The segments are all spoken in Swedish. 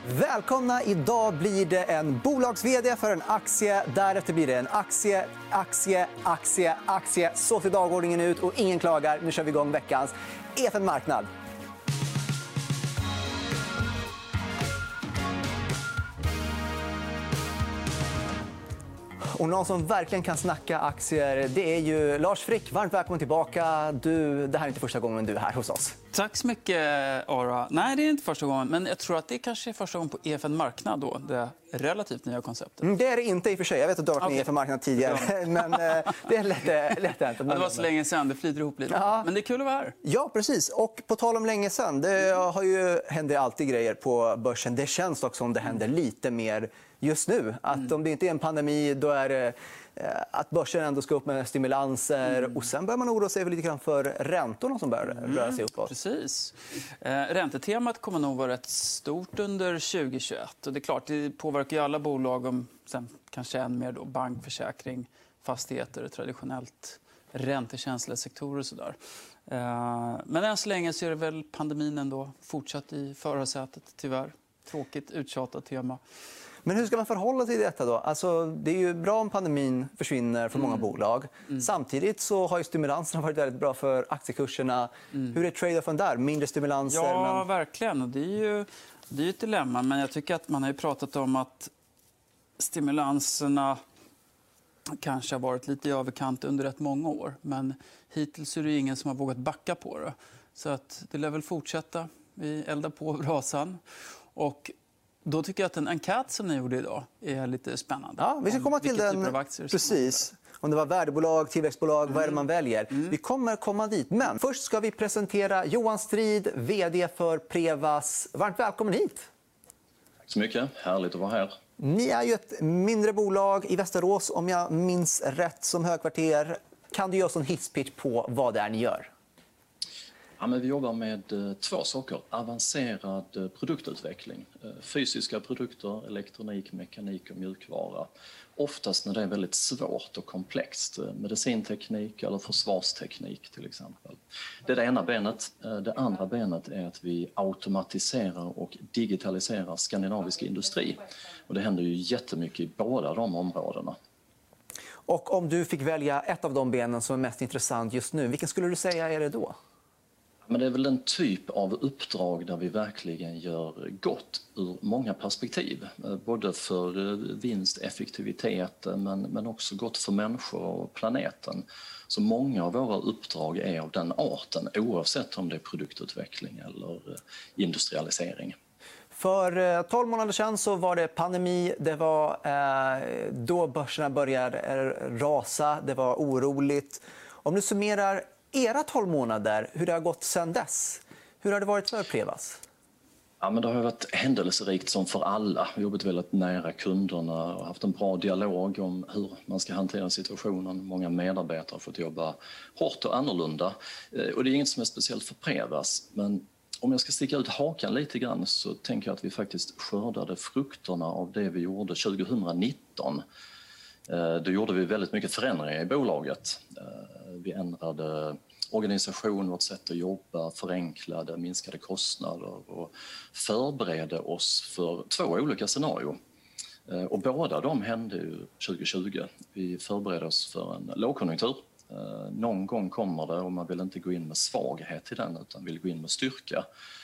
Välkomna! Idag blir det en bolags-vd för en aktie. Därefter blir det en aktie. Så ser dagordningen ut och ingen klagar. Nu kör vi igång veckans EFN Marknad. Och någon som verkligen kan snacka aktier, det är ju Lars Frick. Varmt välkommen tillbaka. Det här är inte första gången du är här hos oss. Tack så mycket, Ara. Nej, det är inte första gången. Men jag tror att det kanske är första gången på EFN Marknad, då, det relativt nya konceptet. Det är det inte i och för sig. Jag vet att du har varit med i EFN Marknad tidigare. Men det är lätt hänt. Det var så länge sedan. Det flyter ihop lite. Ja. Men det är kul att vara här. Ja, precis. Och på tal om länge sedan. Händer alltid grejer på börsen. Det känns också som det händer lite mer just nu. Att om det inte är en pandemi, då är det att börsen ändå ska upp med stimulanser. Och sen börjar man oroa sig lite grann för räntorna som börjar röra sig uppåt. Precis. Räntetemat kommer nog vara rätt stort under 2021. Och det är klart, det påverkar ju alla bolag, om sen kanske än mer då bank, försäkring, fastigheter, traditionellt räntekänsliga sektorer och så där. Men än så länge så är det väl pandemin ändå fortsatt i förarsätet, tyvärr. Tråkigt, uttjatat tema. Men hur ska man förhålla sig till detta då? Alltså, det är ju bra om pandemin försvinner för många bolag. Samtidigt så har ju stimulanserna varit väldigt bra för aktiekurserna. Hur är trade-offen där? Mindre stimulanser? Ja, verkligen. Och det är ju ett dilemma. Men jag tycker att man har ju pratat om att stimulanserna kanske har varit lite i överkant under rätt många år. Men hittills är det ingen som har vågat backa på det. Så att det lär väl fortsätta. Vi eldar på brasan. Och då tycker jag att en enkät som ni gjorde idag är lite spännande. Ja, vi ska komma till den. Precis. Om det var värdebolag, tillväxtbolag, vad är det man väljer? Vi kommer komma dit. Men först ska vi presentera Johan Strid, vd för Prevas. Varmt välkommen hit. Tack så mycket. Härligt att vara här. Ni är ju ett mindre bolag i Västerås, om jag minns rätt, som högkvarter. Kan du göra en hisspitch på vad det är ni gör? Ja, men vi jobbar med två saker. Avancerad produktutveckling. Fysiska produkter, elektronik, mekanik och mjukvara. Oftast när det är väldigt svårt och komplext. Medicinteknik eller försvarsteknik till exempel. Det är det ena benet. Det andra benet är att vi automatiserar och digitaliserar skandinavisk industri. Och det händer ju jättemycket i båda de områdena. Och om du fick välja ett av de benen som är mest intressant just nu, vilken skulle du säga är det då? Men det är väl en typ av uppdrag där vi verkligen gör gott ur många perspektiv. Både för vinst, effektivitet men också gott för människor och planeten. Så många av våra uppdrag är av den arten oavsett om det är produktutveckling eller industrialisering. För 12 månader sedan så var det pandemi. Det var då börserna började rasa. Det var oroligt. Om du summerar era 12 månader, hur det har gått sedan dess. Hur har det varit för Prevas? Ja, men det har varit händelserikt som för alla. Vi har jobbat väldigt nära kunderna och haft en bra dialog om hur man ska hantera situationen. Många medarbetare har fått jobba hårt och annorlunda. Och det är inget som är speciellt för Prevas. Men om jag ska sticka ut hakan lite grann så tänker jag att vi faktiskt skördade frukterna av det vi gjorde 2019. Då gjorde vi väldigt mycket förändringar i bolaget. Vi ändrade organisation, vårt sätt att jobba, förenklade, minskade kostnader och förberedde oss för 2 olika scenarier. Och båda de hände ju 2020. Vi förberedde oss för en lågkonjunktur. Någon gång kommer det och man vill inte gå in med svaghet i den utan vill gå in med styrka.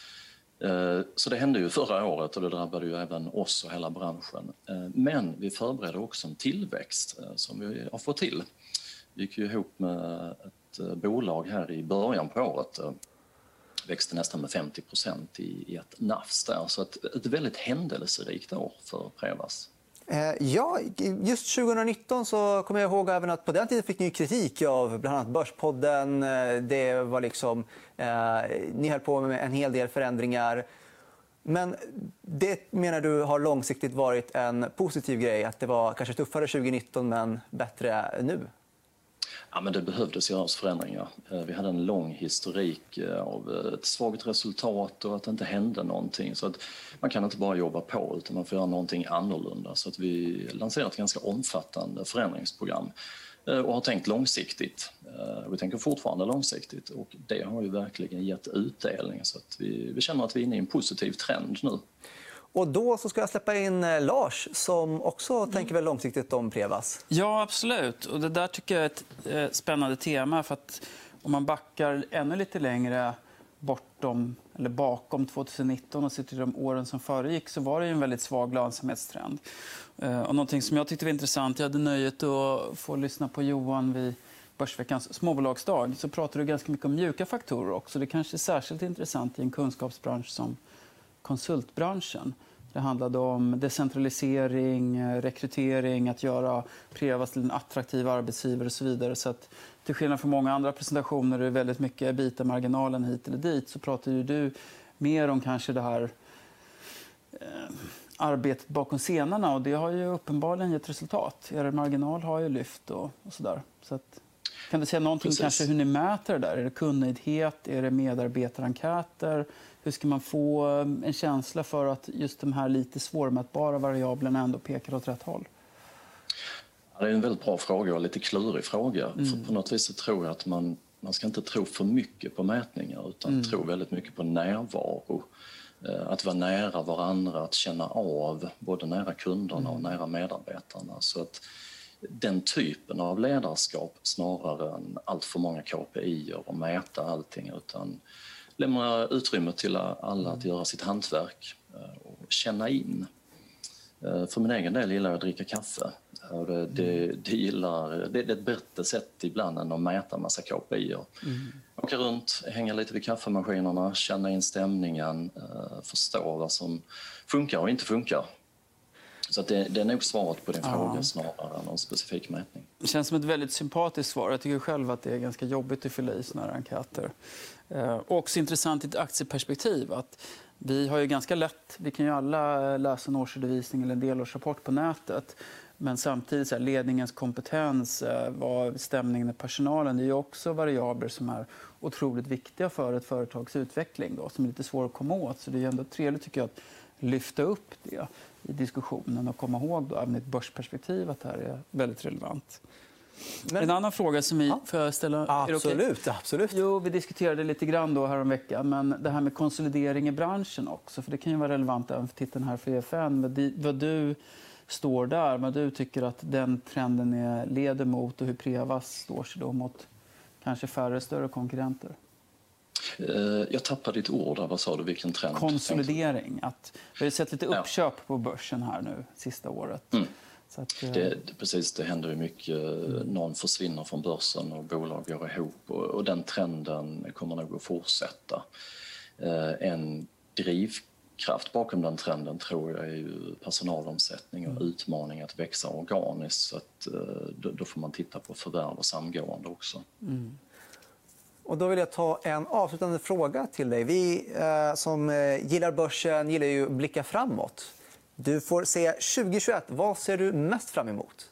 Så det hände ju förra året och det drabbade ju även oss och hela branschen. Men vi förberedde också en tillväxt som vi har fått till. Vi gick ju ihop med ett bolag här i början på året. Växte nästan med 50% i ett nafs där. Så ett väldigt händelserikt år för Prevas. Ja, just 2019 så kommer jag ihåg även att på den tiden fick ni kritik av bland annat Börspodden. Det var liksom, ni höll på med en hel del förändringar. Men det menar du har långsiktigt varit en positiv grej? Att det var kanske tuffare 2019 men bättre nu? Ja, men det behövdes göras förändringar. Vi hade en lång historik av ett svagt resultat och att det inte hände någonting. Så att man kan inte bara jobba på utan man får göra någonting annorlunda. Så att vi lanserade ett ganska omfattande förändringsprogram och har tänkt långsiktigt. Vi tänker fortfarande långsiktigt och det har ju verkligen gett utdelning. Så att vi känner att vi är inne i en positiv trend nu. Och då så ska jag släppa in Lars som också tänker väl långsiktigt om Prevas. Ja, absolut. Och det där tycker jag är ett spännande tema. För att om man backar ännu lite längre bakom 2019 och ser till de åren som föregick så var det ju en väldigt svag lönsamhetstrend. Och någonting som jag tyckte var intressant, jag hade nöjet att få lyssna på Johan vid Börsveckans småbolagsdag, så pratade du ganska mycket om mjuka faktorer också. Det kanske är särskilt intressant i en kunskapsbransch som konsultbranschen. Det handlade om decentralisering, rekrytering, att göra Prevas till en attraktiv arbetsgivare och så vidare. Så att, till skillnad från många andra presentationer är det väldigt mycket bita marginalen hit eller dit, så pratar ju du mer om kanske det här arbetet bakom scenerna, och det har ju uppenbarligen gett resultat. Er marginal har ju lyft och så där. Så att, kan du säga någonting kanske hur ni mäter det där? Är det kundnöjdhet? Är det medarbetarenkäter? Hur ska man få en känsla för att just de här lite svårmätbara variablerna ändå pekar åt rätt håll? Ja, det är en väldigt bra fråga och lite klurig fråga. För på något vis så tror jag att man ska inte tro för mycket på mätningar utan tro väldigt mycket på närvaro. Att vara nära varandra, att känna av både nära kunderna och nära medarbetarna. Så att den typen av ledarskap snarare än allt för många KPI:er och mäta allting, utan lämna utrymme till alla att göra sitt hantverk och känna in. För min egen del gillar jag att dricka kaffe. Det är ett bättre sätt ibland än att mäta en massa KPI:er. Åka runt, hänga lite vid kaffemaskinerna, känna in stämningen, förstå vad som funkar och inte funkar. Så att det är nog svaret på din fråga snarare än någon specifik mätning. Det känns som ett väldigt sympatiskt svar. Jag tycker själv att det är ganska jobbigt att fylla i såna här enkäter. Och också intressant i ett aktieperspektiv att vi har ju ganska lätt, vi kan ju alla läsa en årsredovisning eller en delårsrapport på nätet. Men samtidigt så här, ledningens kompetens, vad stämningen i personalen, det är ju också variabler som är otroligt viktiga för ett företags utveckling då, som är lite svår att komma åt. Så det är ändå trevligt tycker jag att lyfta upp det i diskussionen och komma ihåg då, även i ett börsperspektiv att det här är väldigt relevant. En annan fråga som vi får ställa... Absolut, absolut. Jo, vi diskuterade lite grann då här om veckan, men det här med konsolidering i branschen också, för det kan ju vara relevant även för titeln här för EFN. Vad du står där, vad du tycker att den trenden leder mot och hur Prevas står sig då mot kanske färre större konkurrenter. Jag tappade ditt ord där. Vad sa du? Vilken trend? Konsolidering. Vi har sett lite uppköp på börsen här nu sista året. Så att, det händer ju mycket. Någon försvinner från börsen och bolag går ihop. Och den trenden kommer nog att fortsätta. En drivkraft bakom den trenden tror jag är ju personalomsättning och utmaning att växa organiskt. Så att, då får man titta på förvärv och samgående också. Och då vill jag ta en avslutande fråga till dig. Vi som gillar börsen gillar ju att blicka framåt. Du får se 2021. Vad ser du mest fram emot?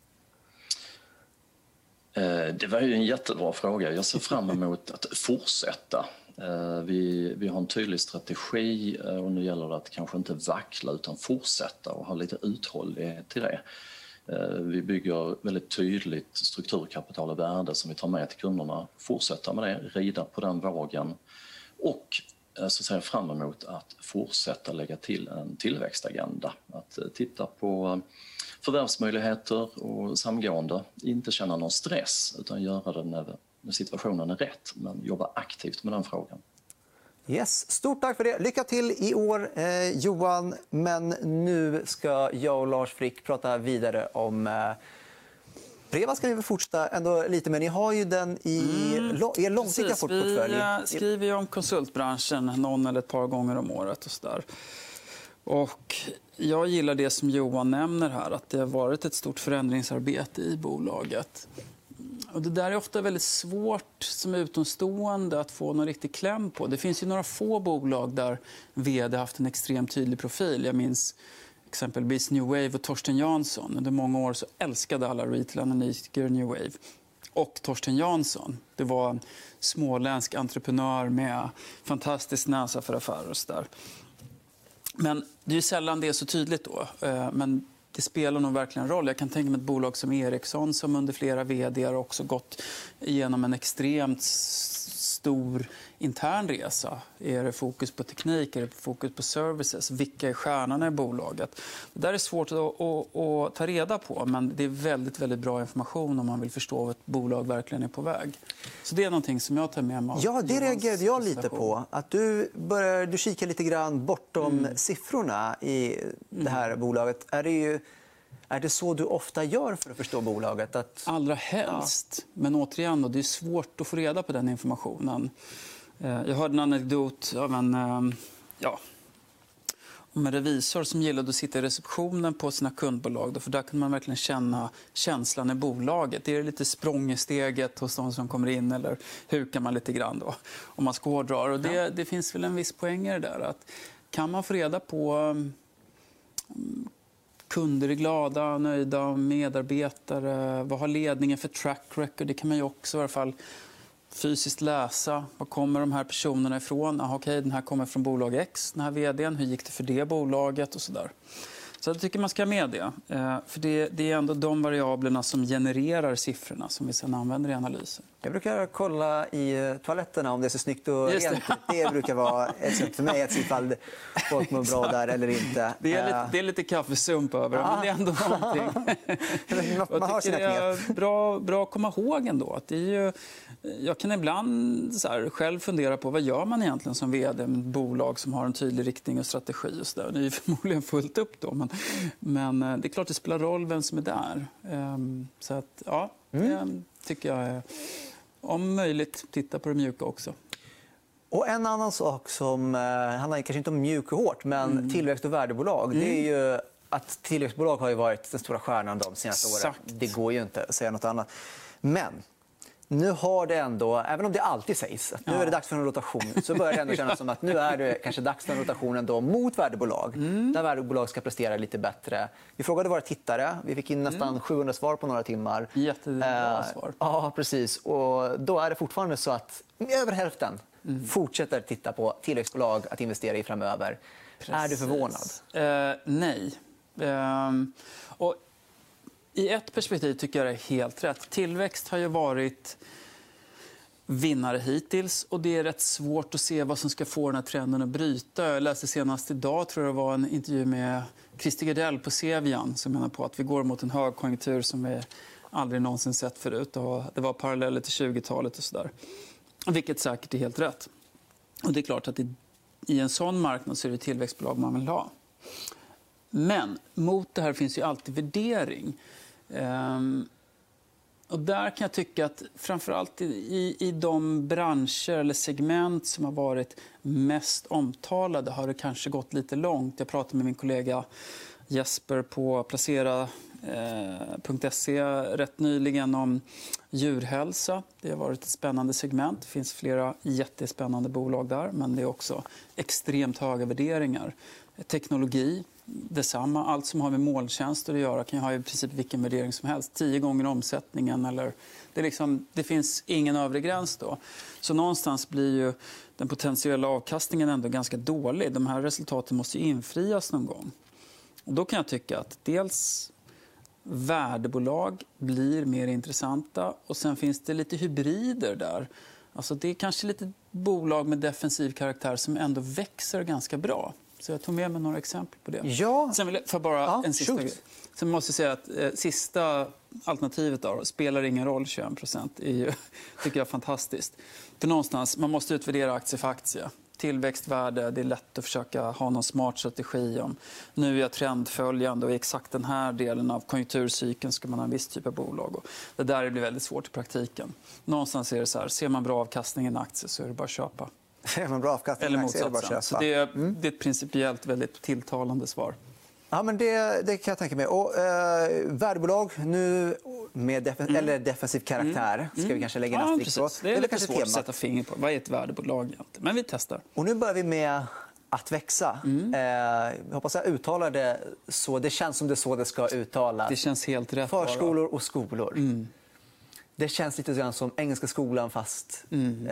Det var ju en jättebra fråga. Jag ser fram emot att fortsätta. Vi har en tydlig strategi och nu gäller det att kanske inte vackla utan fortsätta och ha lite uthållighet till det. Vi bygger väldigt tydligt strukturkapital och värde som vi tar med till kunderna. Fortsätta med det, rida på den vågen och så ser jag fram emot att fortsätta lägga till en tillväxtagenda. Att titta på förvärvsmöjligheter och samgående. Inte känna någon stress utan göra det när situationen är rätt men jobba aktivt med den frågan. Yes. Stort tack för det. Lycka till i år, Johan. Men nu ska jag och Lars Frick prata vidare om Prevas ska vi väl fortsätta ändå lite, men ni har ju den i er långsiktiga portfölj. Vi skriver ju om konsultbranschen någon eller ett par gånger om året och så där. Och jag gillar det som Johan nämner här, att det har varit ett stort förändringsarbete i bolaget. Och det där är ofta väldigt svårt som utomstående att få någon riktig kläm på. Det finns ju några få bolag där vd haft en extremt tydlig profil. Jag minns exempelvis New Wave och Torsten Jansson. Under många år så älskade alla retail-analytiker New Wave. Och Torsten Jansson, det var en småländsk entreprenör med fantastisk näsa för affärer och så där. Men det är ju sällan det är så tydligt då. Men det spelar nog verkligen roll. Jag kan tänka mig ett bolag som Ericsson som under flera vd har också gått igenom en extremt stor intern resa? Är det fokus på teknik? Är det fokus på services? Vilka är stjärnorna i bolaget? Det där är svårt att ta reda på, men det är väldigt, väldigt bra information om man vill förstå vad ett bolag verkligen är på väg. Så det är någonting som jag tar med mig. Ja, det reagerade jag lite på. Att du kikar lite grann bortom siffrorna i det här bolaget. Är det så du ofta gör för att förstå bolaget? Allra helst. Ja. Men återigen, det är svårt att få reda på den informationen. Jag hörde en anekdot av om en revisor som gillade att sitta i receptionen på sina kundbolag. För där kunde man verkligen känna känslan i bolaget. Det är lite språng i steget hos de som kommer in, eller hukar man lite grann då, om man ska hårdra. Och det finns väl en viss poäng i det där. Att kan man få reda på kunder är glada, nöjda, medarbetare, vad har ledningen för track record? Det kan man ju också i alla fall fysiskt läsa. Var kommer de här personerna ifrån? Okej, den här kommer från bolag X, den här vdn. Hur gick det för det bolaget? Och så där. Så jag tycker man ska ha med det. För det är ändå de variablerna som genererar siffrorna som vi sedan använder i analysen. Jag brukar kolla i toaletterna om det är så snyggt och rent. Det brukar vara ett sätt för mig att se ifall folk mår bra där eller inte. Det är lite kaffesump över det, men det är ändå någonting. Man har sina knep. Det är bra att komma ihåg ändå. Att det är ju, jag kan ibland själv fundera på vad gör man egentligen som vd med ett bolag som har en tydlig riktning och strategi. Och så där. Det är ju förmodligen fullt upp då. Men det är klart det spelar roll vem som är där. Så att, det tycker jag är, om möjligt, titta på det mjuka också. Och en annan sak som handlar kanske inte om mjuk och hårt, men tillväxt- och värdebolag, det är ju att tillväxtbolag har ju varit den stora stjärnan de senaste åren. Det går ju inte att säga något annat. Men nu har det ändå, även om det alltid sägs att nu är det dags för en rotation, så börjar det ändå kännas som att nu är det kanske dags för en rotation ändå mot värdebolag. Där värdebolag ska prestera lite bättre. Vi frågade våra tittare. Vi fick in nästan 700 svar på några timmar. Jättebra svar. Ja, precis. Och då är det fortfarande så att över hälften fortsätter titta på tillväxtbolag att investera i framöver. Precis. Är du förvånad? Nej. Och i ett perspektiv tycker jag det är helt rätt. Tillväxt har ju varit vinnare hittills och det är rätt svårt att se vad som ska få den här trenden att bryta. Jag läste senast idag, tror jag det var en intervju med Christer Gardell på Cevian som menar på att vi går mot en högkonjunktur som vi aldrig någonsin sett förut. Och det var paralleller till 20-talet och sådär. Vilket säkert är helt rätt. Och det är klart att i en sån marknad så är det tillväxtbolag man vill ha. Men mot det här finns ju alltid värdering. Och där kan jag tycka att framförallt i de branscher eller segment som har varit mest omtalade har det kanske gått lite långt. Jag pratade med min kollega Jesper på Placera.se rätt nyligen om djurhälsa. Det har varit ett spännande segment. Det finns flera jättespännande bolag där, men det är också extremt höga värderingar. Teknologi, detsamma. Allt som har med molntjänster att göra kan ha i princip vilken värdering som helst. 10 gånger omsättningen. Eller det finns ingen övre gräns då. Så någonstans blir ju den potentiella avkastningen ändå ganska dålig. De här resultaten måste ju infrias någon gång. Och då kan jag tycka att dels värdebolag blir mer intressanta och sen finns det lite hybrider där. Alltså det är kanske lite bolag med defensiv karaktär som ändå växer ganska bra. Så jag tog med mig några exempel på det. Ja. Sen vill jag bara en sista grej. Sen måste jag säga att sista alternativet då, spelar ingen roll 21%, är ju, tycker jag är fantastiskt. För någonstans, man måste utvärdera aktie för aktie. Tillväxtvärde, det är lätt att försöka ha någon smart strategi om nu är jag trendföljande och i exakt den här delen av konjunkturcykeln ska man ha en viss typ av bolag. Och det där blir väldigt svårt i praktiken. Någonstans är det så här, ser man bra avkastning i en aktie så är det bara att köpa. Ser man bra avkastning i en aktie är det bara att köpa. Så det är ett principiellt väldigt tilltalande svar. Ja, men det kan jag tänka mig. Och värdebolag nu med defensiv karaktär ska vi kanske lägga en strikt på. Det är lite svårt att sätta finger på. Vad är ett värdebolag egentligen? Men vi testar. Och nu börjar vi med att växa. Jag hoppas jag uttalar det så. Det känns som det är så det ska uttalas. Det känns helt rätt. Förskolor och skolor. Det känns lite grann som engelska skolan fast...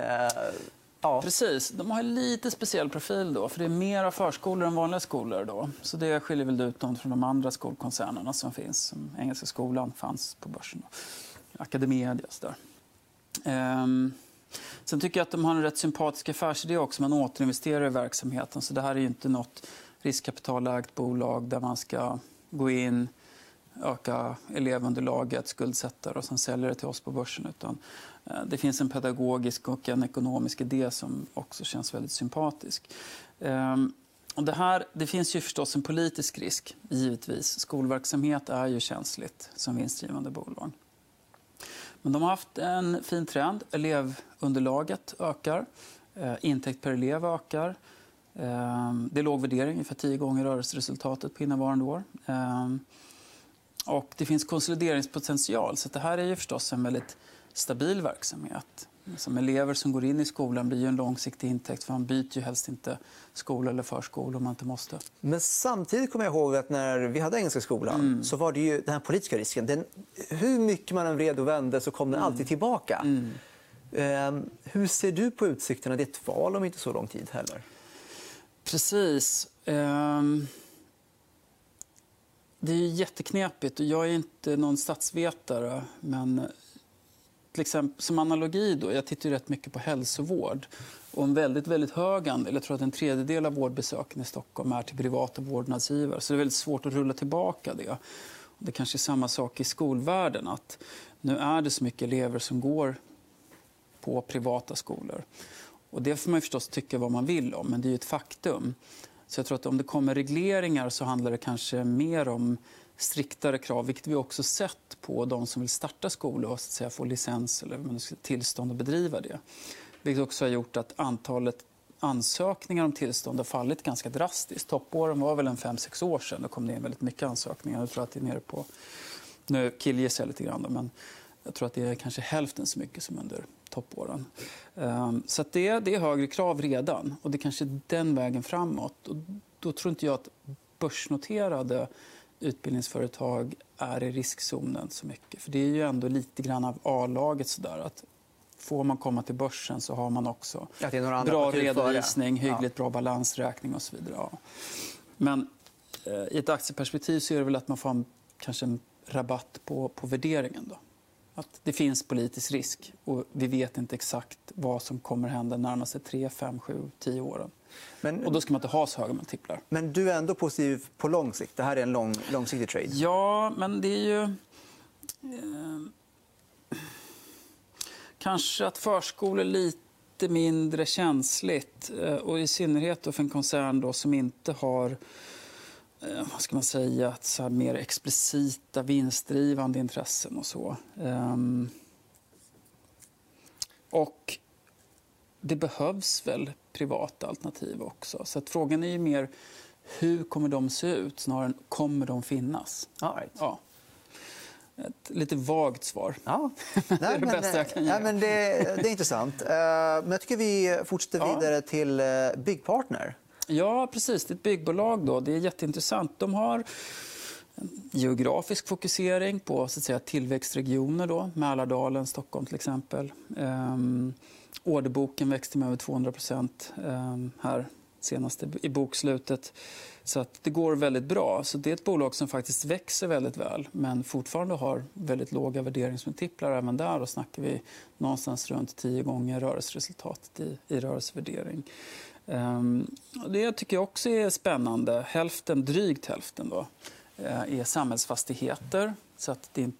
Ja. Precis. De har en lite speciell profil då, för det är mer av förskolor än vanliga skolor då. Så det skiljer väl ut dem från de andra skolkoncernerna som finns. Som Engelska skolan fanns på börsen. Academedia och så där. Sen tycker jag att de har en rätt sympatisk affärsidé också. Man återinvesterar i verksamheten. Så det här är ju inte något riskkapitalägt bolag där man ska gå in, öka elevunderlaget, skuldsätta och sen sälja det till oss på börsen. Utan det finns en pedagogisk och en ekonomisk idé som också känns väldigt sympatisk. Och det finns ju förstås en politisk risk, givetvis. Skolverksamhet är ju känsligt som vinstdrivande bolag. Men de har haft en fin trend. Elevunderlaget ökar. Intäkt per elev ökar. Det är låg värdering, ungefär 10 gånger rörelseresultatet på innevarande år. Och det finns konsolideringspotential. Så det här är ju förstås en väldigt stabil verksamhet. Som elever som går in i skolan blir ju en långsiktig intäkt. För man byter ju helst inte skola eller förskola om man inte måste. Men samtidigt kommer jag ihåg att när vi hade engelska skolan så var det ju den här politiska risken. Hur mycket man än vred och vände så kom den alltid tillbaka. Hur ser du på utsikterna? Det är ett val om inte så lång tid heller. Precis. Det är ju jätteknepigt och jag är inte någon statsvetare. Men till exempel, som analogi då, jag tittar ju rätt mycket på hälsovård. Och en väldigt, väldigt hög andel, jag tror att en tredjedel av vårdbesöken i Stockholm är till privata vårdnadsgivare. Så det är väldigt svårt att rulla tillbaka det. Och det kanske är samma sak i skolvärlden. Att nu är det så mycket elever som går på privata skolor. Och det får man förstås tycka vad man vill om, men det är ju ett faktum. Så jag tror att om det kommer regleringar så handlar det kanske mer om striktare krav, vilket vi också sett på de som vill starta skolor och så att säga, få licens eller tillstånd att bedriva det. Vilket också har gjort att antalet ansökningar om tillstånd har fallit ganska drastiskt. Toppåren var väl en 5-6 år sedan. Då kom det in väldigt mycket ansökningar. Jag tror att det är nere på, nu killgissar jag lite grann, men jag tror att det är kanske hälften så mycket som under toppåren. Så att det är högre krav redan och det kanske är den vägen framåt. Och då tror inte jag att börsnoterade utbildningsföretag är i riskzonen så mycket. För det är ju ändå lite grann av A-laget sådär att får man komma till börsen så har man också bra redovisning, hyggligt bra balansräkning och så vidare. Ja. Men i ett aktieperspektiv så är det väl att man får kanske en rabatt på värderingen då. Att det finns politisk risk och vi vet inte exakt vad som kommer hända närmaste 3, 5, 7, 10 åren. Och då ska man inte ha så höga multiplar. Men du är ändå positiv på lång sikt? Det här är en långsiktig trade? Ja, men det är ju... kanske att förskolor är lite mindre känsligt. Och i synnerhet då för en koncern då som inte har... vad ska man säga, att så här mer explicita vinstdrivande intressen och så. Och det behövs väl privata alternativ också. Så att frågan är ju mer hur kommer de se ut snarare än kommer de finnas? All right. Ja. Ett lite vagt svar. Ja. Det är det bästa jag kan ge. Nej, men det är intressant. Men jag tycker vi fortsätter vidare till Byggpartner. Ja, precis. Det är ett byggbolag då. Det är jätteintressant. De har en geografisk fokusering på så att säga, tillväxtregioner då. Mälardalen, Stockholm till exempel. Orderboken växte med över 200% här senast i bokslutet. Så att det går väldigt bra. Så det är ett bolag som faktiskt växer väldigt väl men fortfarande har väldigt låga värderingsmultiplar även där. Och snackar vi någonstans runt 10 gånger rörelseresultatet i rörelsevärdering. Det tycker jag också är spännande. Drygt hälften då, är samhällsfastigheter. Så att det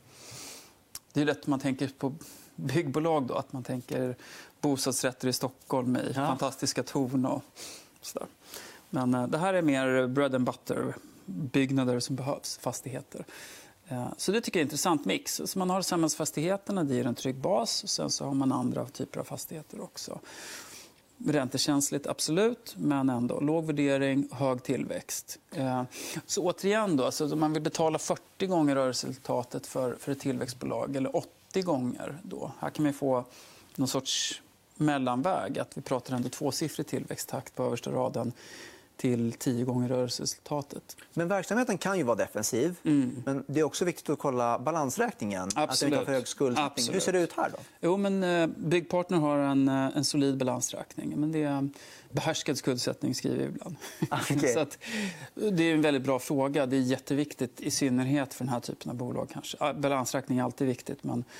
är lätt man tänker på byggbolag då, att man tänker bostadsrätter i Stockholm i fantastiska torn och sådär. Men det här är mer bread and butter, byggnader som behövs, fastigheter. Så det tycker jag är en intressant mix. Så man har samhällsfastigheterna, det ger en trygg bas och sen så har man andra typer av fastigheter också. Räntekänsligt, absolut, men ändå låg värdering, hög tillväxt. Så återigen då, alltså om man vill betala 40 gånger rörelseresultatet för ett tillväxtbolag eller 80 gånger då. Här kan man få någon sorts mellanväg, att vi pratar ändå 2-siffrig tillväxttakt på översta raden till 10 gånger rörelseresultatet. Men verksamheten kan ju vara defensiv. Men det är också viktigt att kolla balansräkningen. Absolut. Att det inte har för hög skuldsättning. Hur ser det ut här då? Jo, men Byggpartner har en solid balansräkning. Men det är behärskad skuldsättning skriver vi ibland. Okay. Så att, det är en väldigt bra fråga. Det är jätteviktigt i synnerhet för den här typen av bolag kanske. Balansräkning är alltid viktigt, men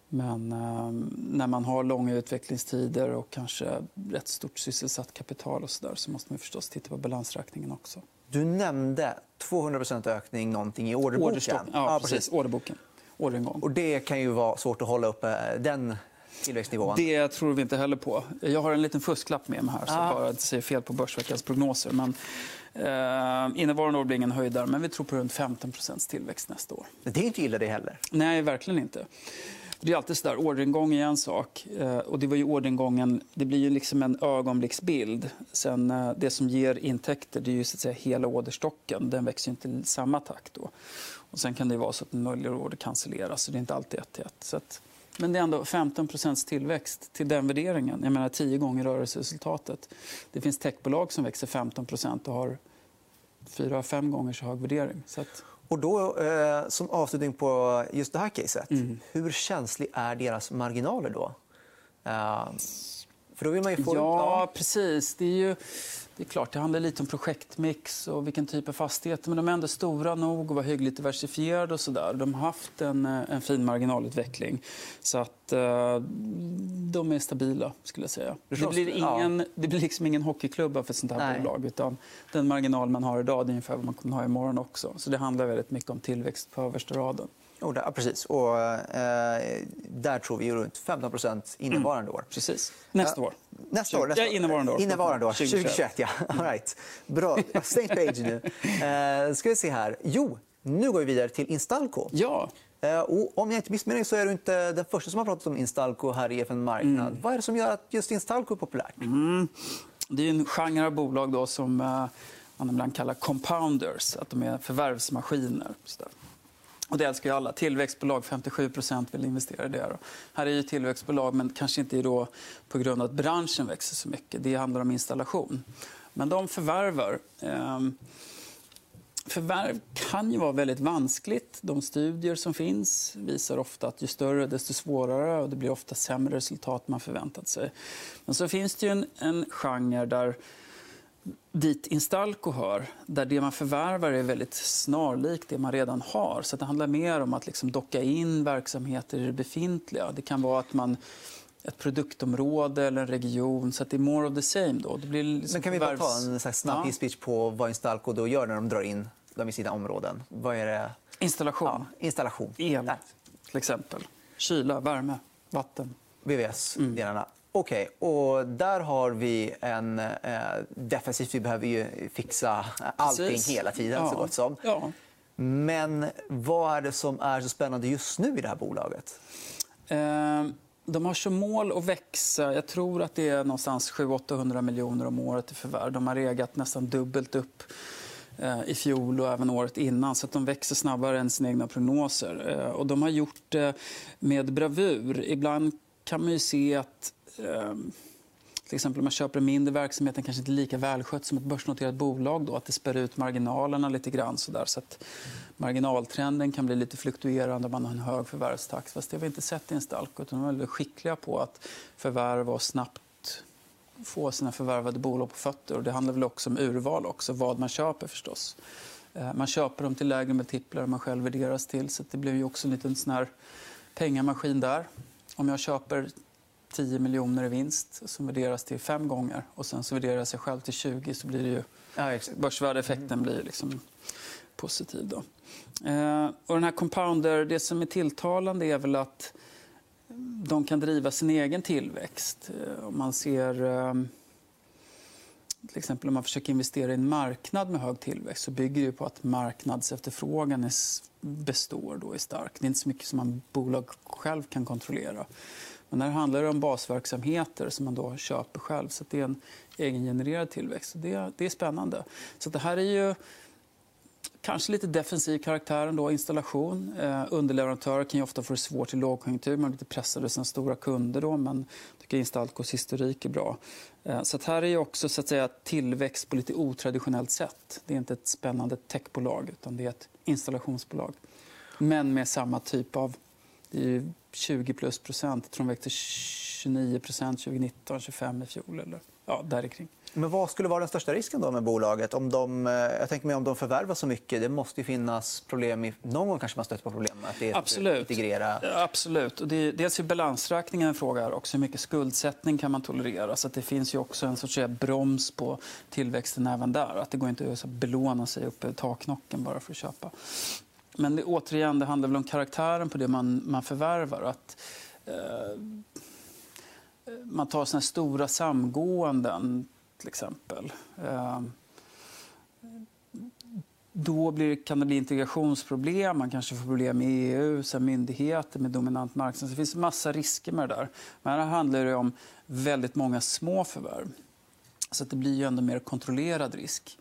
Men när man har långa utvecklingstider och kanske rätt stort sysselsatt kapital och så måste man förstås titta på balansräkningen också. Du nämnde 200% ökning någonting i orderboken. Ja, precis. Orderboken. Orderingång. Och det kan ju vara svårt att hålla upp den tillväxtnivån. Det tror vi inte heller på. Jag har en liten fusklapp med mig här så bara att säga fel på Börsveckans prognoser. Men innevarande år blir ingen höjdare, men vi tror på runt 15% tillväxt nästa år. Det är inte illa det heller. Nej, verkligen inte. Det är alltid så där, orderingång är en sak. Och det var ju orderingången, det blir ju liksom en ögonblicksbild. Sen det som ger intäkter, det är ju så att säga hela orderstocken. Den växer ju inte i samma takt då. Och sen kan det vara så att en möjlig order cancelleras, så det är inte alltid 1-1. Så att, men det är ändå 15% tillväxt till den värderingen. Jag menar 10 gånger rörelseresultatet. Det finns techbolag som växer 15% och har 4-5 gånger så hög värdering. Så att... Och då, som avslutning på just det här caset, hur känslig är deras marginaler då? För då vill man ju få Ja, precis. Det är klart, det handlar lite om projektmix och vilken typ av fastigheter. Men de är ändå stora nog och var hyggligt diversifierade och sådär. De har haft en fin marginalutveckling. Så att de är stabila, skulle jag säga. Det blir liksom ingen hockeyklubba för ett sånt här bolag. Utan den marginal man har idag, det är ungefär vad man kommer ha imorgon också. Så det handlar väldigt mycket om tillväxt på översta raden. Precis. Och där tror vi ju runt 15% innevarande år. Precis. Nästa år. Nästa år. Innevarande år. 2021, ja. All right. Bra. Same page nu. Ska vi se här. Nu går vi vidare till Instalco. Ja. Och om jag inte missminner mig så är du inte den första som har pratat om Instalco här i FN Marknad. Vad är det som gör att just Instalco är populärt? Det är en genre av bolag då som man ibland kallar compounders. Att de är förvärvsmaskiner. Och det älskar ju alla. Tillväxtbolag, 57% vill investera i det. Då. Här är ju tillväxtbolag, men kanske inte då på grund av att branschen växer så mycket. Det handlar om installation. Men de förvärvar. Förvärv kan ju vara väldigt vanskligt. De studier som finns visar ofta att ju större desto svårare och det blir ofta sämre resultat man förväntat sig. Men så finns det ju en genre dit Instalco hör, där det man förvärvar är väldigt snarlikt det man redan har. Så det handlar mer om att liksom docka in verksamheter i det befintliga. Det kan vara att man ett produktområde eller en region, så att det är more of the same då. Det blir liksom men kan vi bara ta en snabb hisspitch på vad Instalco då gör när de drar in dem i sina områden? Vad är det? Installation. Ja, installation. El, till exempel. Kyla, värme, vatten. VVS-delarna. Okej, och där har vi en defensivt. Vi behöver ju fixa allting hela tiden, så gott som. Ja. Men vad är det som är så spännande just nu i det här bolaget? De har som mål att växa. Jag tror att det är någonstans 700-800 miljoner om året i förvärv. De har regat nästan dubbelt upp i fjol och även året innan, så att de växer snabbare än sina egna prognoser. Och de har gjort det med bravur. Ibland kan man ju se att till exempel om man köper en mindre verksamhet, den kanske inte är lika välskött som ett börsnoterat bolag då, att det spär ut marginalerna lite grann så där, så att marginaltrenden kan bli lite fluktuerande om man har en hög förvärvstakt. Fast det har vi inte sett i Instalco, utan de är väldigt skickliga på att förvärva och snabbt få sina förvärvade bolag på fötter. Och det handlar väl också om urval också, vad man köper förstås. Man köper dem till lägre multiplar än man själv värderas till, så det blir ju också en liten sån här pengamaskin där. Om jag köper 10 miljoner i vinst som värderas till 5 gånger och sen så värderar jag sig själv till 20, så blir det ju börsvärdeeffekten blir liksom positiv då. Och den här compounder, det som är tilltalande är väl att de kan driva sin egen tillväxt. Om man ser till exempel om man försöker investera i en marknad med hög tillväxt, så bygger det på att marknadsefterfrågan består då är stark. Det är inte så mycket som man bolag själv kan kontrollera. Men när det handlar om basverksamheter som man då köper själv, så det är en egengenererad tillväxt. Det är spännande. Så det här är ju kanske lite defensiv karaktär ändå, installation. Underleverantörer kan ju ofta få det svårt i lågkonjunktur. Man är lite pressade av sina stora kunder då, men jag tycker Instalcos historik är bra. Så att här är ju också så att säga tillväxt på lite otraditionellt sätt. Det är inte ett spännande techbolag, utan det är ett installationsbolag. Men med samma typ av, det är ju 20+%. Jag tror de växte 29% 2019, 25% i fjol eller där kring. Men vad skulle vara den största risken då med bolaget? Jag tänker mig om de förvärvar så mycket, det måste ju finnas problem. Någon gång kanske man stöter på problem med att det är Absolut. integrera. Absolut. Och dels är balansräkningen en fråga här också. Hur mycket skuldsättning kan man tolerera? Så att det finns ju också en sorts broms på tillväxten även där. Att det går inte att belåna sig upp i taknocken bara för att köpa. Men återigen, det handlar väl om karaktären på det man förvärvar. Att man tar såna stora samgåenden till exempel. Då kan det bli integrationsproblem, man kanske får problem med EU, så myndigheter med dominant marknad. Så det finns massa risker med det där. Men här handlar det om väldigt många små förvärv. Så att det blir ju ändå mer kontrollerad risk.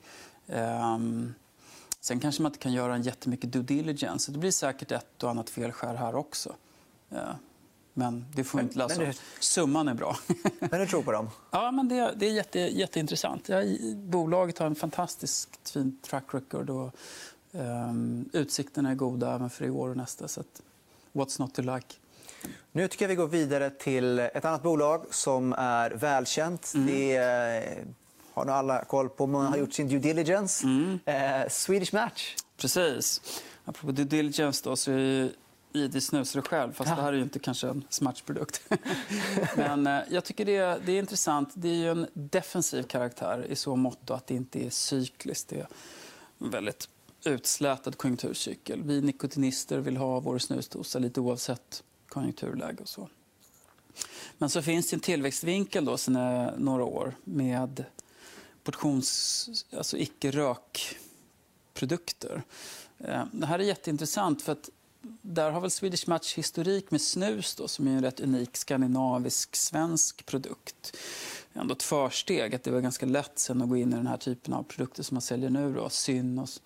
Sen kanske man inte kan göra en jättemycket due diligence. Det blir säkert ett och annat felskär här också. Men det får inte läsa. Summan är bra. Men du tror på dem? Ja, men det är jätteintressant. Bolaget har en fantastiskt fin track record och utsikterna är goda även för i år och nästa. Så att, what's not to like? Nu tycker jag vi går vidare till ett annat bolag som är välkänt. Det har nog alla koll på. Man har gjort sin due diligence. Swedish Match. Precis. Apropå due diligence då, så är det snusar själv, fast det här är ju inte kanske en smartsprodukt. Men jag tycker det är intressant. Det är ju en defensiv karaktär i så mått att det inte är cykliskt. Det är en väldigt utslätad konjunkturcykel. Vi nikotinister vill ha vår snusdosa lite oavsett konjunkturläge och så. Men så finns det en tillväxtvinkel då sedan några år med alltså icke-rökprodukter. Det här är jätteintressant för att där har väl Swedish Match historik med snus då, som är en rätt unik skandinavisk svensk produkt. Ändå ett försteg att det var ganska lätt sen att gå in i den här typen av produkter som man säljer nu då, Syn och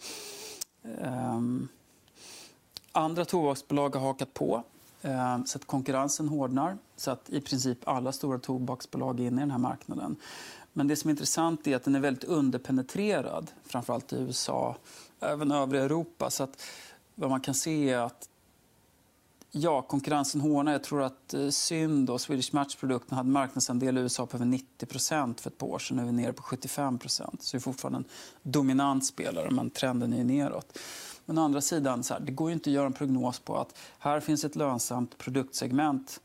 andra tobaksbolag har hakat på så att konkurrensen hårdnar, så att i princip alla stora tobaksbolag är inne i den här marknaden. Men det som är intressant är att den är väldigt underpenetrerad, framförallt i USA, även övriga Europa, så att vad man kan se är att konkurrensen hårdnar. Jag tror att Synd och Swedish Match-produkten hade marknadsandel i USA på över 90% för ett par år sedan. Nu är vi nere på 75%. Så det är fortfarande en dominant spelare, men trenden är neråt. Men å andra sidan, det går ju inte att göra en prognos på att här finns ett lönsamt produktsegment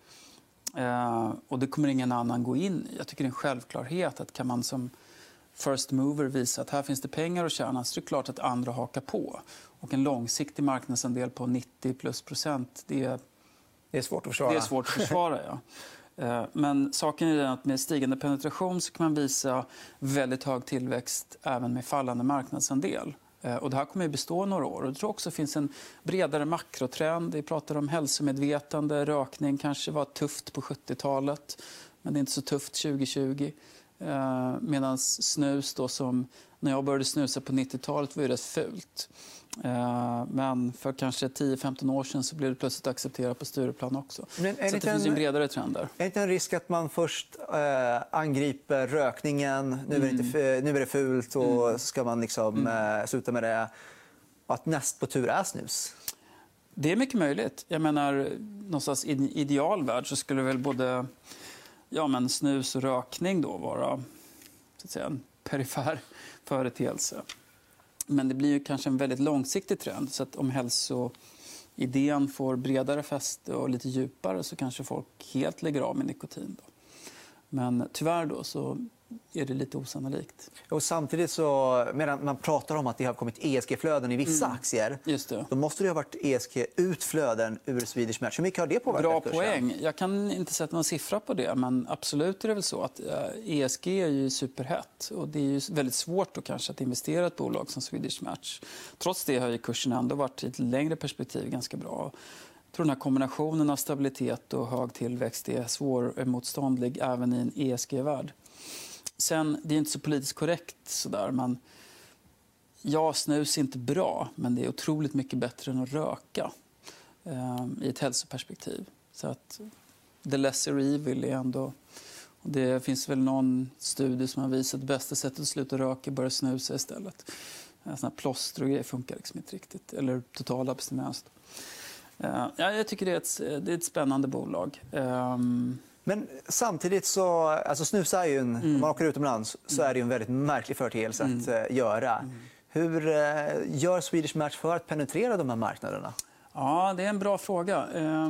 och det kommer ingen annan gå in i. Jag tycker det är en självklarhet att kan man som first mover visa att här finns det pengar att tjäna, så det är klart att andra hakar på. Och en långsiktig marknadsandel på 90+%, det är svårt att försvara. Det är svårt att försvara, ja. Men saken är att med stigande penetration så kan man visa väldigt hög tillväxt även med fallande marknadsandel. Och det här kommer att bestå några år. Och jag tror också det finns en bredare makrotrend. Vi pratar om hälsomedvetande, rökning kanske var tufft på 70-talet, men det är inte så tufft 2020. Medan snus då, som när jag började snusa på 90-talet var ju rätt fult. Men för kanske 10-15 år sedan så blev det plötsligt accepterat på Stureplan också. Men så det finns en bredare trend där. Är det inte en risk att man först angriper rökningen, nu är det fult och så ska man liksom sluta med det, och att näst på tur är snus? Det är mycket möjligt. Jag menar, någonstans i en idealvärld så skulle väl både snus och rökning då vara så att säga en perifer företeelse. Men det blir ju kanske en väldigt långsiktig trend, så att om hälsoidén får bredare fäste och lite djupare så kanske folk helt lägger av med nikotin då. Men tyvärr då så är det lite osannolikt. Och samtidigt så, medan man pratar om att det har kommit ESG-flöden i vissa aktier, just det, då måste det ha varit ESG-utflöden ur Swedish Match. Hur mycket har det påverkat? Bra poäng. Jag kan inte sätta någon siffra på det, men absolut är det väl så att ESG är ju superhett. Och det är ju väldigt svårt då kanske att investera i ett bolag som Swedish Match. Trots det har ju kursen ändå varit i ett längre perspektiv ganska bra. Jag tror den här kombinationen av stabilitet och hög tillväxt är svårmotståndlig även i en ESG-värld. Sen, det är inte så politiskt korrekt sådär, men snus är inte bra, men det är otroligt mycket bättre än att röka i ett hälsoperspektiv. Så att the lesser evil är ändå, och det finns väl någon studie som har visat att det bästa sättet att sluta röka är att börja snusa istället. Såna här plåster och grejer funkar liksom inte riktigt, eller total abstinens. Jag tycker det är ett spännande bolag. Men samtidigt så, alltså snus är ju om man åker utomlands så är det ju en väldigt märklig företeelse att göra. Hur gör Swedish Match för att penetrera de här marknaderna? Ja, det är en bra fråga.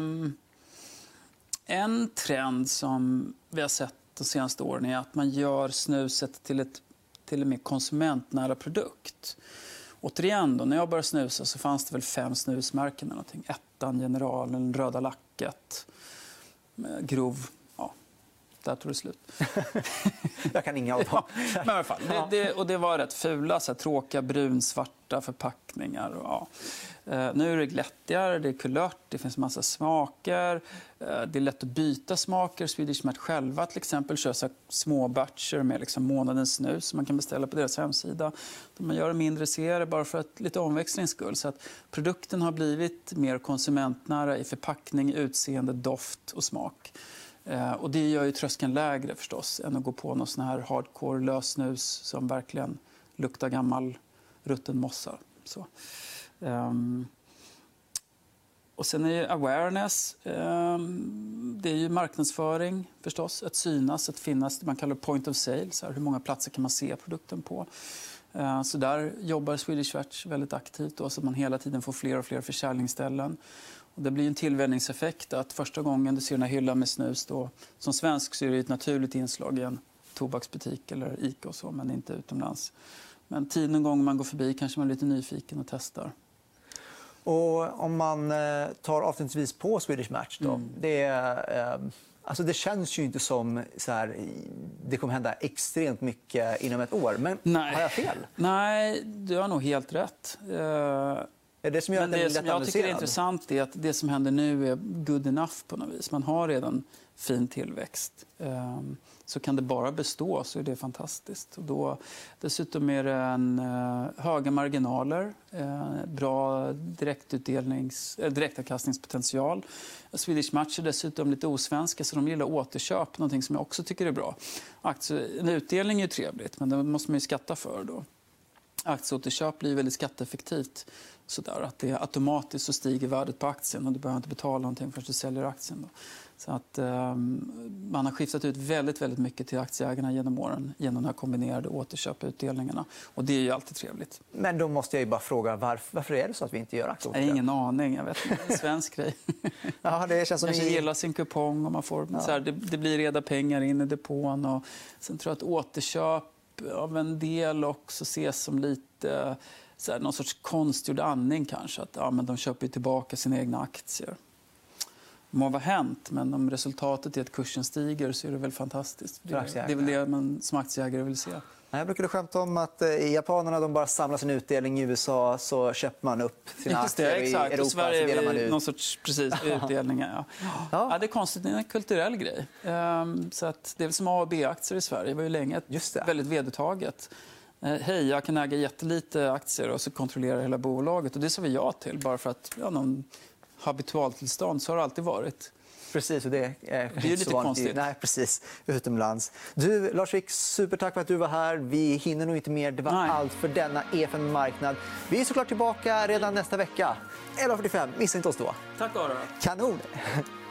En trend som vi har sett de senaste åren är att man gör snuset till en mer konsumentnära produkt. Återigen, då, när jag började snusa så fanns det väl 5 snusmärken. Eller någonting. Ettan, Generalen, Röda Lacket, Grov. Ja, där tog det slut. Jag kan inga av dem. Men i alla fall, det var rätt fula, så här, tråkiga brunsvarta förpackningar. Och, ja. Nu är det glättigare, det är kulört, det finns massa smaker. Det är lätt att byta smaker. Swedish Match själva till exempel kör så här små batcher med liksom månadens snus som man kan beställa på deras hemsida. Man gör en mindre serie bara för att lite omväxlings skull. Så att produkten har blivit mer konsumentnära i förpackning, utseende, doft och smak. Och det gör ju tröskeln lägre förstås än att gå på någon sån här hardcore lösnus som verkligen luktar gammal rutten mossa. Så. Och sen är ju awareness, det är ju marknadsföring förstås, att synas, att finnas, man kallar det point of sale, så här, hur många platser kan man se produkten på. Så där jobbar Swedish Match väldigt aktivt då, så att man hela tiden får fler och fler försäljningsställen. Och det blir en tillvänjningseffekt att första gången du ser den här hyllan med snus då, som svensk så är det ett naturligt inslag i en tobaksbutik eller ICA och så, men inte utomlands. Men tiden gång man går förbi kanske man är lite nyfiken och testar. Och om man tar avslutningsvis på Swedish Match då, alltså det känns ju inte som så här, det kommer hända extremt mycket inom ett år. Men har jag fel? Nej, du har nog helt rätt. Det som gör det som jag tycker är intressant är att det som händer nu är good enough på något vis. Man har redan fin tillväxt. Så kan det bara bestå så är det fantastiskt. Och då, dessutom är det höga marginaler, bra direktavkastningspotential. Swedish Match är dessutom lite osvenska så de gillar återköp, någonting som jag också tycker är bra. En utdelning är trevligt men det måste man ju skatta för då. Aktieåterköp blir väldigt skatteeffektivt. Sådär, att det automatiskt så stiger värdet på aktien och du behöver inte betala någonting förrän du säljer aktien. Då. Så att man har skiftat ut väldigt, väldigt mycket till aktieägarna genom åren genom de här kombinerade återköputdelningarna. Och det är ju alltid trevligt. Men då måste jag ju bara fråga varför är det så att vi inte gör aktieåterköp? Ingen aning, jag vet inte. En svensk grej. Ja, det känns som kanske gillar sin kupong och man får så här, det blir reda pengar in i depån. Och sen tror jag att återköp av en del också ses som lite så här, någon sorts konstgjord andning kanske. Att men de köper ju tillbaka sina egna aktier. Det må vara hänt, men om resultatet är att kursen stiger så är det väl fantastiskt. Det är väl det man som aktieägare vill se. Jag brukade skämta om att japanerna de bara samlar sin utdelning. I USA så köper man upp sina aktier. Exakt. I Europa och Sverige så delar man ut. Någon sorts utdelningar. Ja, det är konstigt. Det är en kulturell grej. Så att det är väl som A- och B-aktier i Sverige. Det var ju länge väldigt vedertaget. Hej, jag kan äga jättelite aktier och så kontrollera hela bolaget. Och det sa vi ja till bara för att någon habitualtillstånd så har det alltid varit. Precis, och det är ju lite konstigt. Nej, precis. Utomlands. Du, Lars-Erik, supertack för att du var här. Vi hinner nog inte mer. Det var allt för denna EFN Marknad. Vi är såklart tillbaka redan nästa vecka. 11:45. Missa inte oss då. Tack, Ara. Kanon!